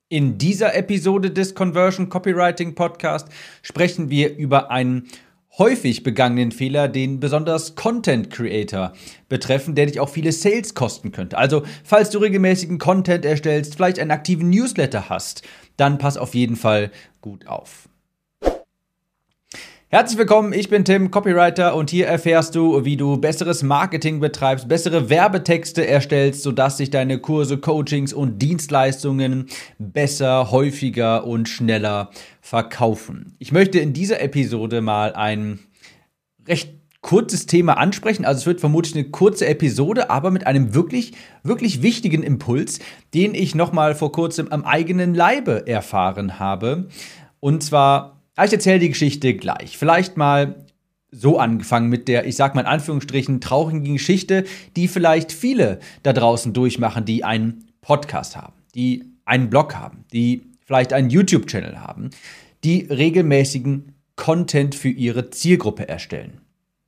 In dieser Episode des Conversion Copywriting Podcast sprechen wir über einen häufig begangenen Fehler, den besonders Content Creator betreffen, der dich auch viele Sales kosten könnte. Also, falls du regelmäßigen Content erstellst, vielleicht einen aktiven Newsletter hast, dann pass auf jeden Fall gut auf. Herzlich willkommen, ich bin Tim, Copywriter, und hier erfährst du, wie du besseres Marketing betreibst, bessere Werbetexte erstellst, sodass sich deine Kurse, Coachings und Dienstleistungen besser, häufiger und schneller verkaufen. Ich möchte in dieser Episode mal ein recht kurzes Thema ansprechen. Also es wird vermutlich eine kurze Episode, aber mit einem wirklich, wirklich wichtigen Impuls, den ich nochmal vor kurzem am eigenen Leibe erfahren habe. Und zwar, ich erzähle die Geschichte gleich. Vielleicht mal so angefangen mit der, ich sag mal in Anführungsstrichen, traurigen Geschichte, die vielleicht viele da draußen durchmachen, die einen Podcast haben, die einen Blog haben, die vielleicht einen YouTube-Channel haben, die regelmäßigen Content für ihre Zielgruppe erstellen.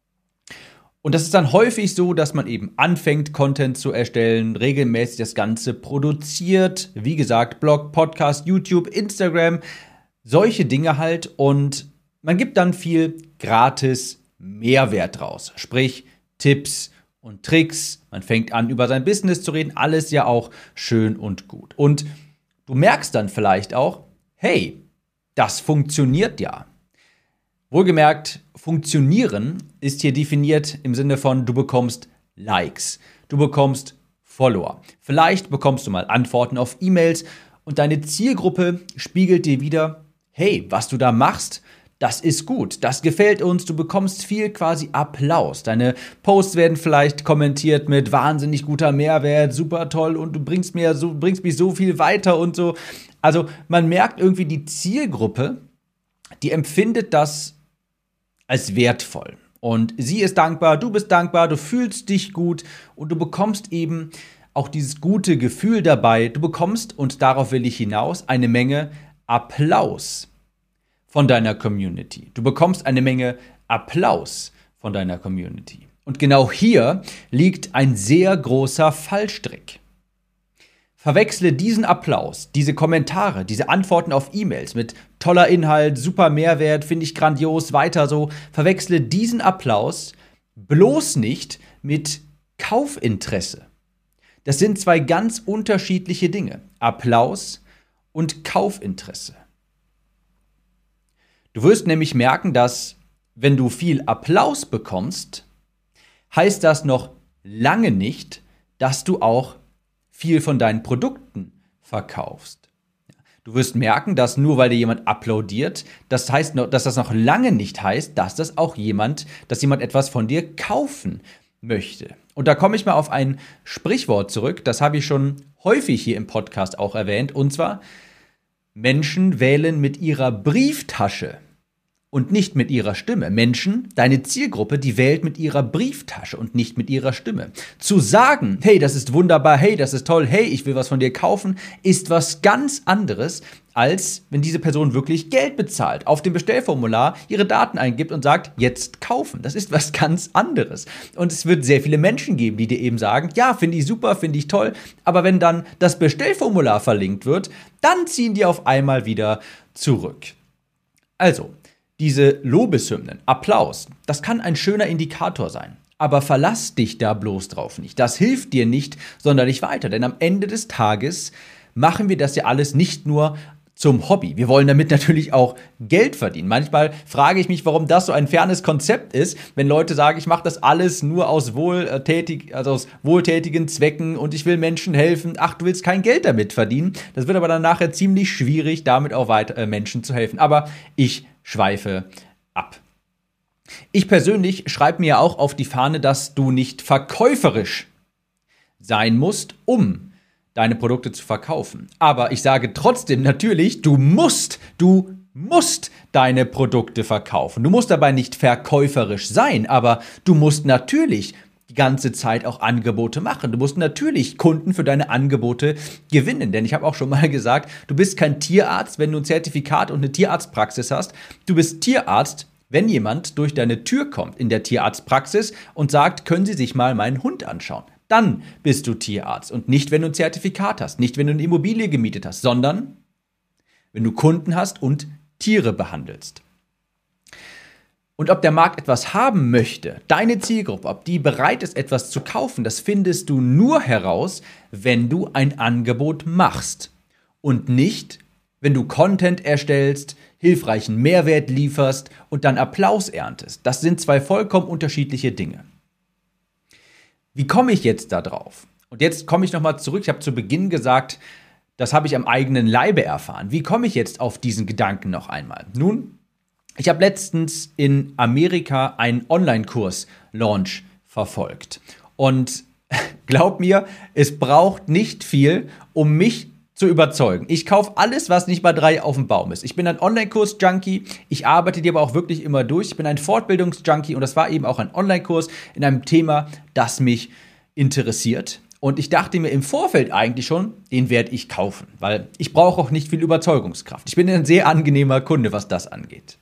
Und das ist dann häufig so, dass man eben anfängt, Content zu erstellen, regelmäßig das Ganze produziert, wie gesagt, Blog, Podcast, YouTube, Instagram, solche Dinge halt, und man gibt dann viel gratis Mehrwert raus. Sprich, Tipps und Tricks, man fängt an, über sein Business zu reden, alles ja auch schön und gut. Und du merkst dann vielleicht auch, hey, das funktioniert ja. Wohlgemerkt, funktionieren ist hier definiert im Sinne von, du bekommst Likes, du bekommst Follower. Vielleicht bekommst du mal Antworten auf E-Mails und deine Zielgruppe spiegelt dir wieder, hey, was du da machst, das ist gut, das gefällt uns, du bekommst viel quasi Applaus. Deine Posts werden vielleicht kommentiert mit wahnsinnig guter Mehrwert, super toll, und du bringst mich so viel weiter und so. Also man merkt irgendwie, die Zielgruppe, die empfindet das als wertvoll. Und sie ist dankbar, du bist dankbar, du fühlst dich gut und du bekommst eben auch dieses gute Gefühl dabei. Du bekommst, und darauf will ich hinaus, eine Menge Applaus von deiner Community. Du bekommst eine Menge Applaus von deiner Community. Und genau hier liegt ein sehr großer Fallstrick. Verwechsle diesen Applaus, diese Kommentare, diese Antworten auf E-Mails mit toller Inhalt, super Mehrwert, finde ich grandios, weiter so. Verwechsle diesen Applaus bloß nicht mit Kaufinteresse. Das sind zwei ganz unterschiedliche Dinge. Applaus und Kaufinteresse. Du wirst nämlich merken, dass, wenn du viel Applaus bekommst, heißt das noch lange nicht, dass du auch viel von deinen Produkten verkaufst. Du wirst merken, dass nur weil dir jemand applaudiert, dass das noch lange nicht heißt, dass jemand etwas von dir kaufen möchte. Und da komme ich mal auf ein Sprichwort zurück, das habe ich schon häufig hier im Podcast auch erwähnt, und zwar: Menschen wählen mit ihrer Brieftasche und nicht mit ihrer Stimme. Menschen, deine Zielgruppe, die wählt mit ihrer Brieftasche und nicht mit ihrer Stimme. Zu sagen, hey, das ist wunderbar, hey, das ist toll, hey, ich will was von dir kaufen, ist was ganz anderes, als wenn diese Person wirklich Geld bezahlt, auf dem Bestellformular ihre Daten eingibt und sagt, jetzt kaufen. Das ist was ganz anderes. Und es wird sehr viele Menschen geben, die dir eben sagen, ja, finde ich super, finde ich toll, aber wenn dann das Bestellformular verlinkt wird, dann ziehen die auf einmal wieder zurück. Also, diese Lobeshymnen, Applaus, das kann ein schöner Indikator sein. Aber verlass dich da bloß drauf nicht. Das hilft dir nicht sonderlich weiter, denn am Ende des Tages machen wir das ja alles nicht nur zum Hobby. Wir wollen damit natürlich auch Geld verdienen. Manchmal frage ich mich, warum das so ein fernes Konzept ist, wenn Leute sagen, ich mache das alles nur aus wohltätigen Zwecken und ich will Menschen helfen. Ach, du willst kein Geld damit verdienen. Das wird aber dann nachher ziemlich schwierig, damit auch weiter Menschen zu helfen. Aber ich schweife ab. Ich persönlich schreibe mir auch auf die Fahne, dass du nicht verkäuferisch sein musst, um deine Produkte zu verkaufen. Aber ich sage trotzdem natürlich, du musst deine Produkte verkaufen. Du musst dabei nicht verkäuferisch sein, aber du musst natürlich die ganze Zeit auch Angebote machen. Du musst natürlich Kunden für deine Angebote gewinnen. Denn ich habe auch schon mal gesagt, du bist kein Tierarzt, wenn du ein Zertifikat und eine Tierarztpraxis hast. Du bist Tierarzt, wenn jemand durch deine Tür kommt in der Tierarztpraxis und sagt, können Sie sich mal meinen Hund anschauen. Dann bist du Tierarzt und nicht, wenn du ein Zertifikat hast, nicht, wenn du eine Immobilie gemietet hast, sondern wenn du Kunden hast und Tiere behandelst. Und ob der Markt etwas haben möchte, deine Zielgruppe, ob die bereit ist, etwas zu kaufen, das findest du nur heraus, wenn du ein Angebot machst. Und nicht, wenn du Content erstellst, hilfreichen Mehrwert lieferst und dann Applaus erntest. Das sind zwei vollkommen unterschiedliche Dinge. Wie komme ich jetzt da drauf? Und jetzt komme ich nochmal zurück. Ich habe zu Beginn gesagt, das habe ich am eigenen Leibe erfahren. Wie komme ich jetzt auf diesen Gedanken noch einmal? Nun, ich habe letztens in Amerika einen Online-Kurs-Launch verfolgt. Und glaub mir, es braucht nicht viel, um mich zu überzeugen. Ich kaufe alles, was nicht bei 3 auf dem Baum ist. Ich bin ein Online-Kurs-Junkie, ich arbeite die aber auch wirklich immer durch. Ich bin ein Fortbildungs-Junkie und das war eben auch ein Online-Kurs in einem Thema, das mich interessiert. Und ich dachte mir im Vorfeld eigentlich schon, den werde ich kaufen, weil ich brauche auch nicht viel Überzeugungskraft. Ich bin ein sehr angenehmer Kunde, was das angeht.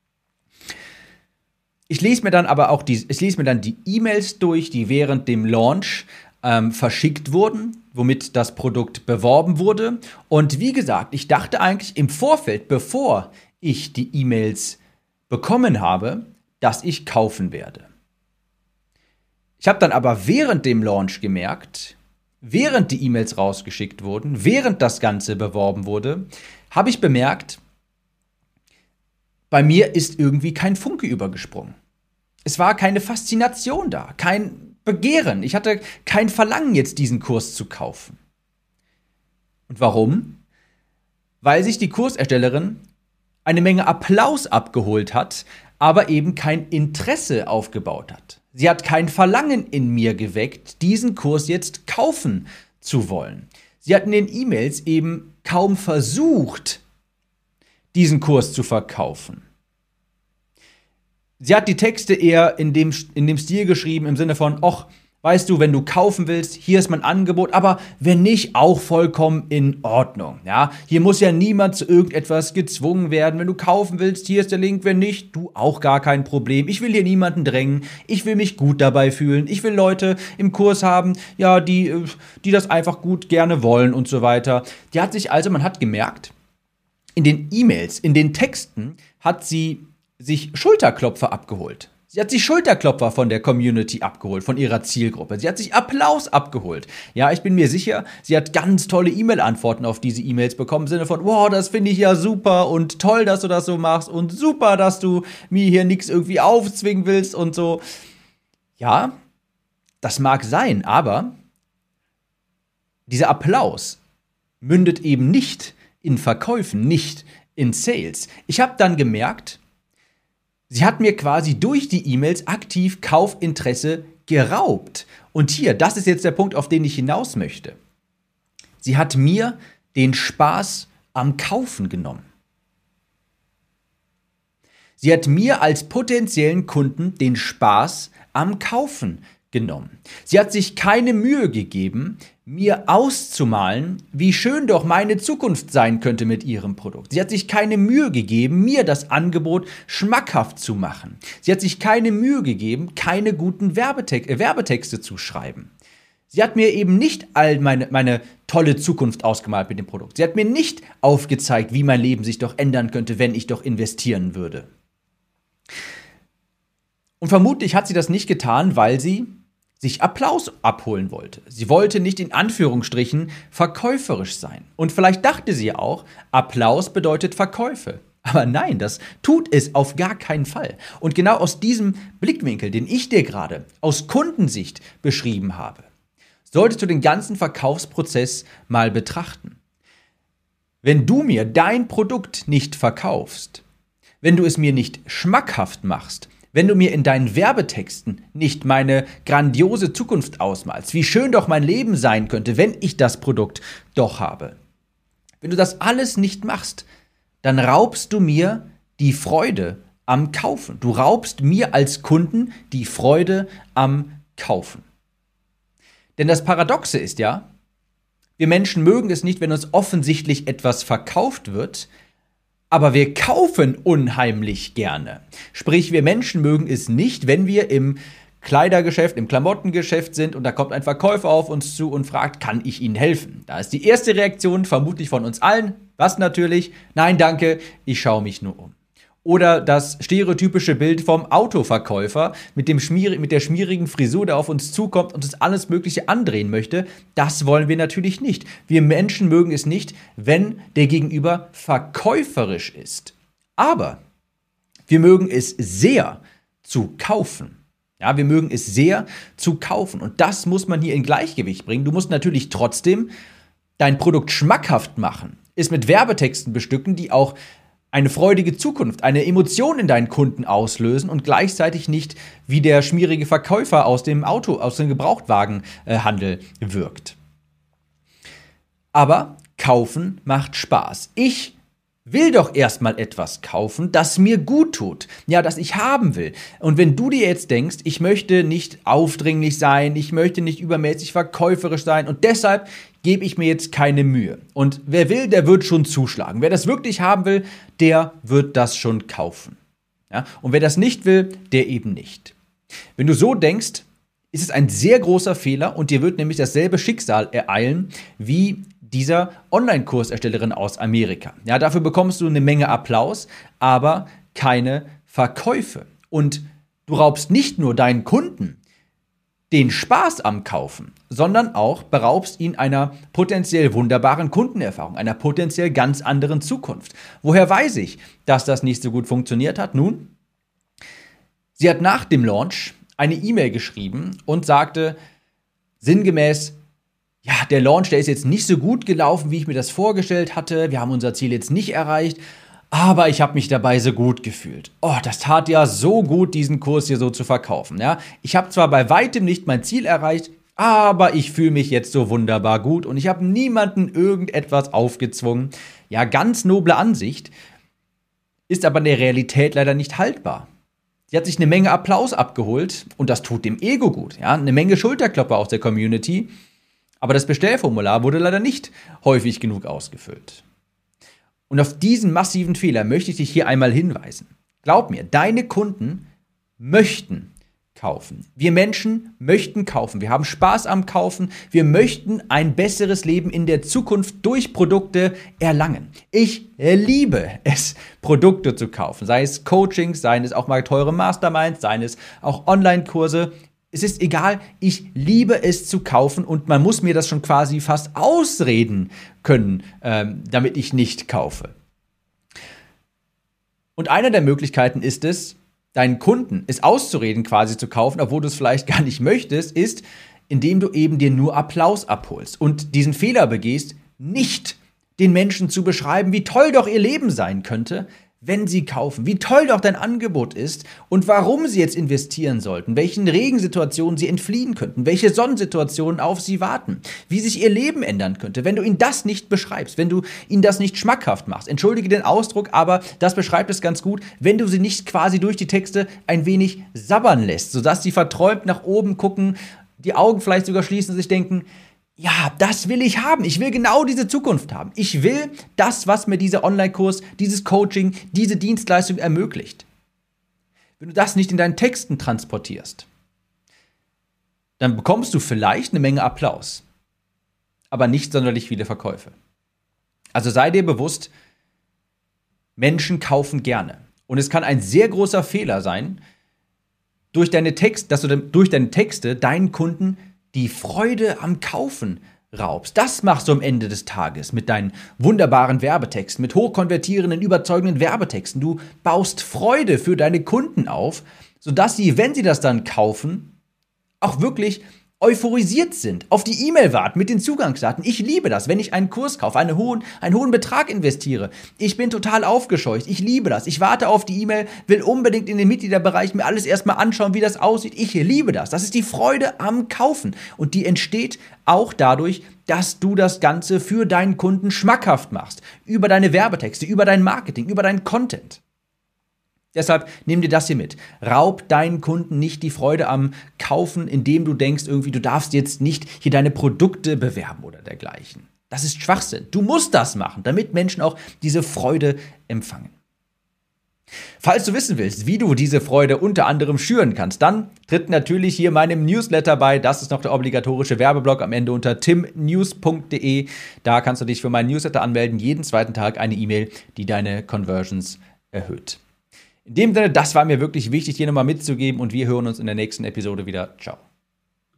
Ich lese mir dann die E-Mails durch, die während dem Launch verschickt wurden, womit das Produkt beworben wurde. Und wie gesagt, ich dachte eigentlich im Vorfeld, bevor ich die E-Mails bekommen habe, dass ich kaufen werde. Ich habe dann aber während dem Launch gemerkt, während die E-Mails rausgeschickt wurden, während das Ganze beworben wurde, habe ich bemerkt, bei mir ist irgendwie kein Funke übergesprungen. Es war keine Faszination da, kein Begehren. Ich hatte kein Verlangen, jetzt diesen Kurs zu kaufen. Und warum? Weil sich die Kurserstellerin eine Menge Applaus abgeholt hat, aber eben kein Interesse aufgebaut hat. Sie hat kein Verlangen in mir geweckt, diesen Kurs jetzt kaufen zu wollen. Sie hat in den E-Mails eben kaum versucht, diesen Kurs zu verkaufen. Sie hat die Texte eher in dem Stil geschrieben, im Sinne von, ach, weißt du, wenn du kaufen willst, hier ist mein Angebot, aber wenn nicht, auch vollkommen in Ordnung. Ja? Hier muss ja niemand zu irgendetwas gezwungen werden. Wenn du kaufen willst, hier ist der Link, wenn nicht, du auch gar kein Problem. Ich will hier niemanden drängen, ich will mich gut dabei fühlen, ich will Leute im Kurs haben, ja, die das einfach gut gerne wollen und so weiter. Man hat gemerkt, in den E-Mails, in den Texten hat sie sich Schulterklopfer abgeholt. Sie hat sich Schulterklopfer von der Community abgeholt, von ihrer Zielgruppe. Sie hat sich Applaus abgeholt. Ja, ich bin mir sicher, sie hat ganz tolle E-Mail-Antworten auf diese E-Mails bekommen, im Sinne von, wow, das finde ich ja super und toll, dass du das so machst und super, dass du mir hier nichts irgendwie aufzwingen willst und so. Ja, das mag sein, aber dieser Applaus mündet eben nicht in Verkäufen, nicht in Sales. Ich habe dann gemerkt, sie hat mir quasi durch die E-Mails aktiv Kaufinteresse geraubt. Und hier, das ist jetzt der Punkt, auf den ich hinaus möchte. Sie hat mir den Spaß am Kaufen genommen. Sie hat mir als potenziellen Kunden den Spaß am Kaufen genommen. Sie hat sich keine Mühe gegeben, mir auszumalen, wie schön doch meine Zukunft sein könnte mit ihrem Produkt. Sie hat sich keine Mühe gegeben, mir das Angebot schmackhaft zu machen. Sie hat sich keine Mühe gegeben, keine guten Werbetexte zu schreiben. Sie hat mir eben nicht all meine tolle Zukunft ausgemalt mit dem Produkt. Sie hat mir nicht aufgezeigt, wie mein Leben sich doch ändern könnte, wenn ich doch investieren würde. Und vermutlich hat sie das nicht getan, weil sie sich Applaus abholen wollte. Sie wollte nicht in Anführungsstrichen verkäuferisch sein. Und vielleicht dachte sie auch, Applaus bedeutet Verkäufe. Aber nein, das tut es auf gar keinen Fall. Und genau aus diesem Blickwinkel, den ich dir gerade aus Kundensicht beschrieben habe, solltest du den ganzen Verkaufsprozess mal betrachten. Wenn du mir dein Produkt nicht verkaufst, wenn du es mir nicht schmackhaft machst, wenn du mir in deinen Werbetexten nicht meine grandiose Zukunft ausmalst, wie schön doch mein Leben sein könnte, wenn ich das Produkt doch habe. Wenn du das alles nicht machst, dann raubst du mir die Freude am Kaufen. Du raubst mir als Kunden die Freude am Kaufen. Denn das Paradoxe ist ja, wir Menschen mögen es nicht, wenn uns offensichtlich etwas verkauft wird, aber wir kaufen unheimlich gerne. Sprich, wir Menschen mögen es nicht, wenn wir im Kleidergeschäft, im Klamottengeschäft sind und da kommt ein Verkäufer auf uns zu und fragt, kann ich Ihnen helfen? Da ist die erste Reaktion vermutlich von uns allen, was natürlich? Nein, danke, ich schaue mich nur um. Oder das stereotypische Bild vom Autoverkäufer mit der schmierigen Frisur, der auf uns zukommt und uns alles Mögliche andrehen möchte. Das wollen wir natürlich nicht. Wir Menschen mögen es nicht, wenn der Gegenüber verkäuferisch ist. Aber wir mögen es sehr zu kaufen. Ja, wir mögen es sehr zu kaufen. Und das muss man hier in Gleichgewicht bringen. Du musst natürlich trotzdem dein Produkt schmackhaft machen, es mit Werbetexten bestücken, die auch eine freudige Zukunft, eine Emotion in deinen Kunden auslösen und gleichzeitig nicht wie der schmierige Verkäufer aus dem Gebrauchtwagenhandel wirkt. Aber kaufen macht Spaß. Ich will doch erstmal etwas kaufen, das mir gut tut, ja, das ich haben will. Und wenn du dir jetzt denkst, ich möchte nicht aufdringlich sein, ich möchte nicht übermäßig verkäuferisch sein und deshalb gebe ich mir jetzt keine Mühe. Und wer will, der wird schon zuschlagen. Wer das wirklich haben will, der wird das schon kaufen. Ja? Und wer das nicht will, der eben nicht. Wenn du so denkst, ist es ein sehr großer Fehler und dir wird nämlich dasselbe Schicksal ereilen wie dieser Online-Kurserstellerin aus Amerika. Ja, dafür bekommst du eine Menge Applaus, aber keine Verkäufe. Und du raubst nicht nur deinen Kunden den Spaß am Kaufen, sondern auch beraubst ihn einer potenziell wunderbaren Kundenerfahrung, einer potenziell ganz anderen Zukunft. Woher weiß ich, dass das nicht so gut funktioniert hat? Nun, sie hat nach dem Launch eine E-Mail geschrieben und sagte sinngemäß, ja, der Launch, der ist jetzt nicht so gut gelaufen, wie ich mir das vorgestellt hatte. Wir haben unser Ziel jetzt nicht erreicht, aber ich habe mich dabei so gut gefühlt. Oh, das tat ja so gut, diesen Kurs hier so zu verkaufen. Ja? Ich habe zwar bei weitem nicht mein Ziel erreicht, aber ich fühle mich jetzt so wunderbar gut und ich habe niemandem irgendetwas aufgezwungen. Ja, ganz noble Ansicht, ist aber in der Realität leider nicht haltbar. Sie hat sich eine Menge Applaus abgeholt und das tut dem Ego gut. Ja? Eine Menge Schulterklopper aus der Community. Aber das Bestellformular wurde leider nicht häufig genug ausgefüllt. Und auf diesen massiven Fehler möchte ich dich hier einmal hinweisen. Glaub mir, deine Kunden möchten kaufen. Wir Menschen möchten kaufen. Wir haben Spaß am Kaufen. Wir möchten ein besseres Leben in der Zukunft durch Produkte erlangen. Ich liebe es, Produkte zu kaufen. Sei es Coachings, seien es auch mal teure Masterminds, seien es auch Online-Kurse. Es ist egal, ich liebe es zu kaufen und man muss mir das schon quasi fast ausreden können, damit ich nicht kaufe. Und eine der Möglichkeiten ist es, deinen Kunden es auszureden quasi zu kaufen, obwohl du es vielleicht gar nicht möchtest, ist, indem du eben dir nur Applaus abholst und diesen Fehler begehst, nicht den Menschen zu beschreiben, wie toll doch ihr Leben sein könnte, wenn sie kaufen, wie toll doch dein Angebot ist und warum sie jetzt investieren sollten, welchen Regensituationen sie entfliehen könnten, welche Sonnensituationen auf sie warten, wie sich ihr Leben ändern könnte, wenn du ihnen das nicht beschreibst, wenn du ihnen das nicht schmackhaft machst. Entschuldige den Ausdruck, aber das beschreibt es ganz gut, wenn du sie nicht quasi durch die Texte ein wenig sabbern lässt, sodass sie verträumt nach oben gucken, die Augen vielleicht sogar schließen und sich denken, ja, das will ich haben. Ich will genau diese Zukunft haben. Ich will das, was mir dieser Online-Kurs, dieses Coaching, diese Dienstleistung ermöglicht. Wenn du das nicht in deinen Texten transportierst, dann bekommst du vielleicht eine Menge Applaus, aber nicht sonderlich viele Verkäufe. Also sei dir bewusst, Menschen kaufen gerne. Und es kann ein sehr großer Fehler sein, dass du durch deine Texte deinen Kunden die Freude am Kaufen raubst. Das machst du am Ende des Tages mit deinen wunderbaren Werbetexten, mit hochkonvertierenden, überzeugenden Werbetexten. Du baust Freude für deine Kunden auf, sodass sie, wenn sie das dann kaufen, auch wirklich euphorisiert sind, auf die E-Mail warten mit den Zugangsdaten. Ich liebe das, wenn ich einen Kurs kaufe, einen hohen Betrag investiere. Ich bin total aufgescheucht. Ich liebe das. Ich warte auf die E-Mail, will unbedingt in den Mitgliederbereich mir alles erstmal anschauen, wie das aussieht. Ich liebe das. Das ist die Freude am Kaufen. Und die entsteht auch dadurch, dass du das Ganze für deinen Kunden schmackhaft machst. Über deine Werbetexte, über dein Marketing, über deinen Content. Deshalb nimm dir das hier mit. Raub deinen Kunden nicht die Freude am Kaufen, indem du denkst, irgendwie, du darfst jetzt nicht hier deine Produkte bewerben oder dergleichen. Das ist Schwachsinn. Du musst das machen, damit Menschen auch diese Freude empfangen. Falls du wissen willst, wie du diese Freude unter anderem schüren kannst, dann tritt natürlich hier meinem Newsletter bei. Das ist noch der obligatorische Werbeblock am Ende unter timnews.de. Da kannst du dich für meinen Newsletter anmelden. Jeden zweiten Tag eine E-Mail, die deine Conversions erhöht. In dem Sinne, das war mir wirklich wichtig, dir nochmal mitzugeben und wir hören uns in der nächsten Episode wieder. Ciao.